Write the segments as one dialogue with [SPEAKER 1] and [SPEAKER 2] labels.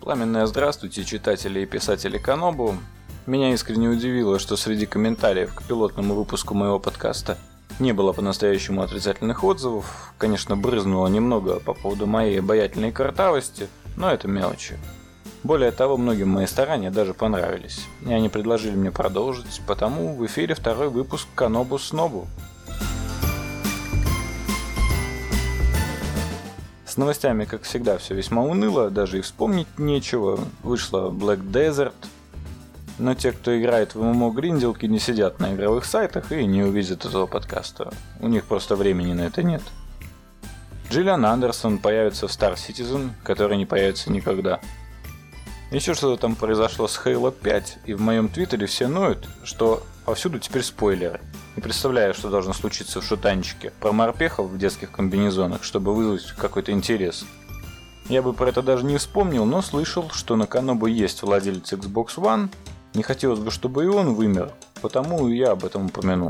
[SPEAKER 1] Пламенное здравствуйте, читатели и писатели Канобу. Меня искренне удивило, что среди комментариев к пилотному выпуску моего подкаста не было по-настоящему отрицательных отзывов. Конечно, брызнуло немного по поводу моей обаятельной картавости, но это мелочи. Более того, многим мои старания даже понравились, и они предложили мне продолжить, потому в эфире второй выпуск Канобу Снобу. С новостями, как всегда, все весьма уныло, даже и вспомнить нечего. Вышла Black Desert, но те, кто играет в ММО-гринделки, не сидят на игровых сайтах и не увидят этого подкаста. У них просто времени на это нет. Джиллиан Андерсон появится в Star Citizen, который не появится никогда. Еще что-то там произошло с Halo 5, и в моем твиттере все ноют, что повсюду теперь спойлеры. Не представляю, что должно случиться в шутанчике про морпехов в детских комбинезонах, чтобы вызвать какой-то интерес. Я бы про это даже не вспомнил, но слышал, что на Канобу есть владелец Xbox One. Не хотелось бы, чтобы и он вымер, потому я об этом упомянул.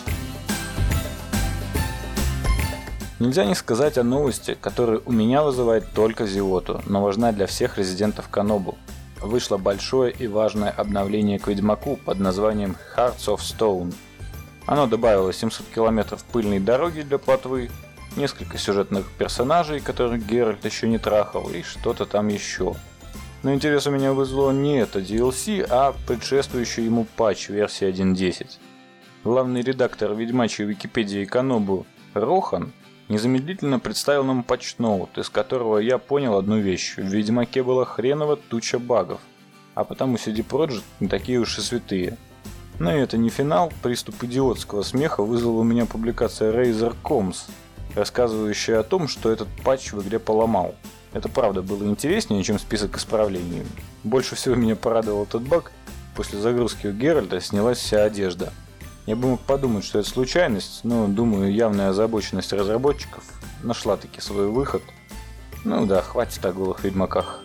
[SPEAKER 1] Нельзя не сказать о новости, которая у меня вызывает только зевоту, но важна для всех резидентов Канобу. Вышло большое и важное обновление к Ведьмаку под названием Hearts of Stone. Оно добавило 700 километров пыльной дороги для плотвы, несколько сюжетных персонажей, которых Геральт еще не трахал, и что-то там еще. Но интерес у меня вызвало не это DLC, а предшествующий ему патч версии 1.10. Главный редактор ведьмачьей Википедии Канобу Рохан незамедлительно представил нам патч-ноут, из которого я понял одну вещь: в Ведьмаке была хренова туча багов, а потому CD Projekt не такие уж и святые. Но и это не финал. Приступ идиотского смеха вызвала у меня публикация Razer Comms, рассказывающая о том, что этот патч в игре поломал. Это правда было интереснее, чем список исправлений. Больше всего меня порадовал тот баг: после загрузки у Геральта снялась вся одежда. Я бы мог подумать, что это случайность, но, думаю, явная озабоченность разработчиков нашла-таки свой выход. Ну да, хватит о голых ведьмаках.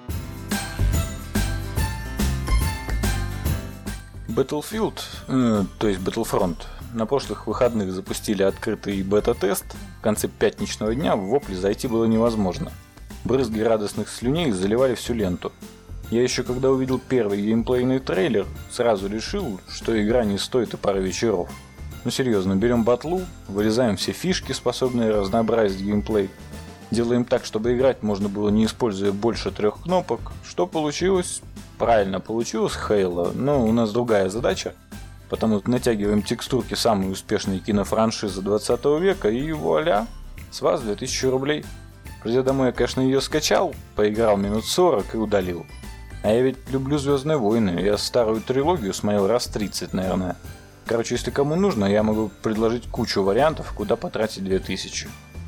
[SPEAKER 1] Battlefield, то есть Battlefront, на прошлых выходных запустили открытый бета-тест. В конце пятничного дня в вопли зайти было невозможно. Брызги радостных слюней заливали всю ленту. Я еще когда увидел первый геймплейный трейлер, сразу решил, что игра не стоит и пары вечеров. Ну серьезно, берем батлу, вырезаем все фишки, способные разнообразить геймплей, делаем так, чтобы играть можно было, не используя больше 3 кнопок. Что получилось? Правильно получилось Halo, но у нас другая задача, потому натягиваем текстурки самой успешной кинофраншизы 20 века и вуаля, с вас 2000 рублей. Придя домой, я, конечно, ее скачал, поиграл минут 40 и удалил. А я ведь люблю «Звездные войны», я старую трилогию смотрел раз 30, наверное. Короче, если кому нужно, я могу предложить кучу вариантов, куда потратить 2000.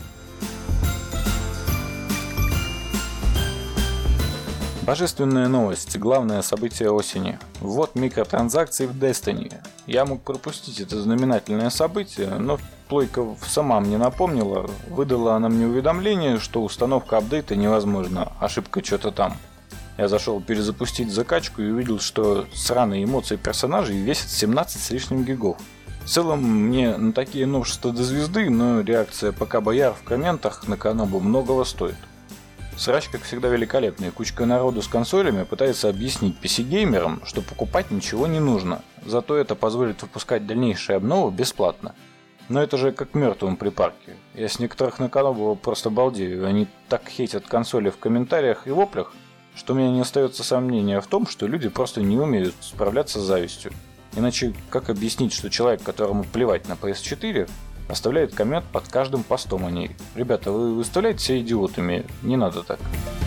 [SPEAKER 1] Божественная новость, главное событие осени. Ввод микротранзакций в Destiny. Я мог пропустить это знаменательное событие, но плойка сама мне напомнила. Выдала она мне уведомление, что установка апдейта невозможна, ошибка что-то там. Я зашел перезапустить закачку и увидел, что сраные эмоции персонажей весят 17 с лишним гигов. В целом, мне на такие новшества до звезды, но реакция ПК Бояр в комментах на Канобу многого стоит. Срач, как всегда, великолепный. Кучка народу с консолями пытается объяснить PC-геймерам, что покупать ничего не нужно. Зато это позволит выпускать дальнейшие обновы бесплатно. Но это же как мертвым припарке. Я с некоторых на Канобу просто балдею. Они так хейтят консоли в комментариях и воплях, что у меня не остается сомнения в том, что люди просто не умеют справляться с завистью. Иначе как объяснить, что человек, которому плевать на PS4, оставляет коммент под каждым постом о ней? Ребята, вы выставляете себя идиотами, не надо так.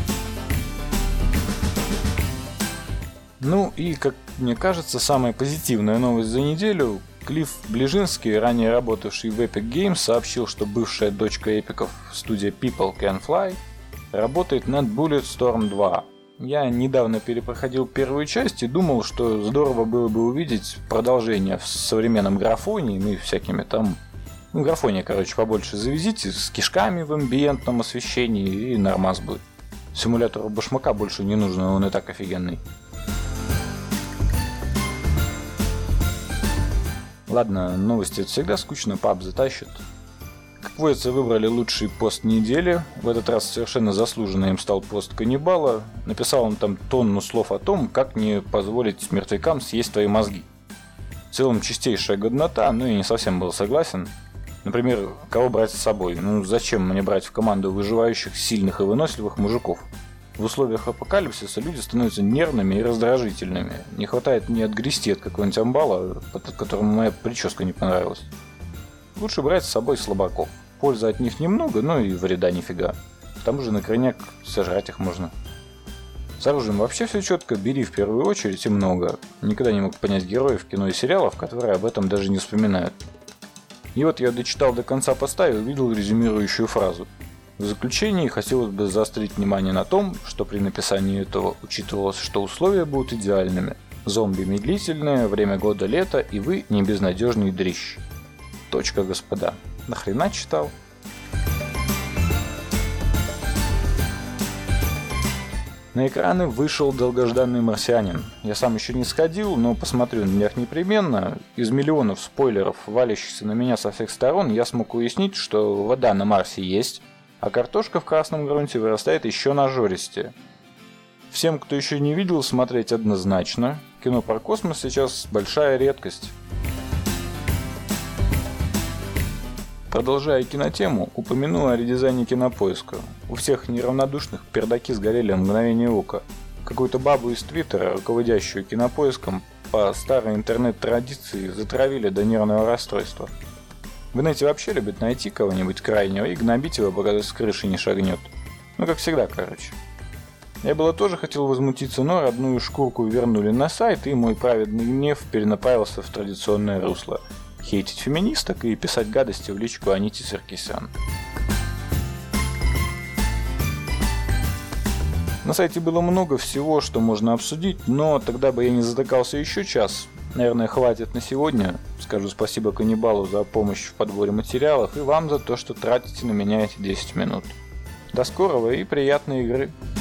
[SPEAKER 1] Ну и, как мне кажется, самая позитивная новость за неделю. Клифф Ближинский, ранее работавший в Epic Games, сообщил, что бывшая дочка эпиков, студия People Can Fly, работает над Bulletstorm 2. Я недавно перепроходил первую часть и думал, что здорово было бы увидеть продолжение в современном графоне, ну и всякими там... Ну, графония, короче, побольше завезите, с кишками в амбиентном освещении, и нормас будет. Симулятору башмака больше не нужно, он и так офигенный. Ладно, новости это всегда скучно, паб затащит. Как водится, выбрали лучший пост недели. В этот раз совершенно заслуженно им стал пост каннибала. Написал он там тонну слов о том, как не позволить мертвякам съесть твои мозги. В целом чистейшая годнота, но я не совсем был согласен. Например, кого брать с собой? Зачем мне брать в команду выживающих, сильных и выносливых мужиков? В условиях апокалипсиса люди становятся нервными и раздражительными. Не хватает мне отгрести от какого-нибудь амбала, которому моя прическа не понравилась. Лучше брать с собой слабаков. Пользы от них немного, но и вреда нифига. К тому же на крайняк сожрать их можно. С оружием вообще все четко, бери в первую очередь и много. Никогда не мог понять героев кино и сериалов, которые об этом даже не вспоминают. И вот я дочитал до конца поста и увидел резюмирующую фразу. В заключении хотелось бы заострить внимание на том, что при написании этого учитывалось, что условия будут идеальными. Зомби медлительное, время года лето, и вы не безнадежный дрищ. Точка, господа. Нахрена читал? На экраны вышел долгожданный «Марсианин». Я сам еще не сходил, но посмотрю на них непременно. Из миллионов спойлеров, валящихся на меня со всех сторон, я смог уяснить, что вода на Марсе есть, а картошка в красном грунте вырастает еще нажористее. Всем, кто еще не видел, смотреть однозначно. Кино про космос сейчас большая редкость. Продолжая кинотему, упомяну о редизайне Кинопоиска. У всех неравнодушных пердаки сгорели в мгновение ока. Какую-то бабу из Твиттера, руководящую Кинопоиском, по старой интернет-традиции затравили до нервного расстройства. В инете вообще любят найти кого-нибудь крайнего и гнобить его, пока с крыши не шагнет. Как всегда, короче. Я было тоже хотел возмутиться, но родную шкурку вернули на сайт, и мой праведный гнев перенаправился в традиционное русло. Хейтить феминисток и писать гадости в личку Анити Саркисян. На сайте было много всего, что можно обсудить, но тогда бы я не затыкался еще час. Наверное, хватит на сегодня. Скажу спасибо каннибалу за помощь в подборе материалов и вам за то, что тратите на меня эти 10 минут. До скорого и приятной игры!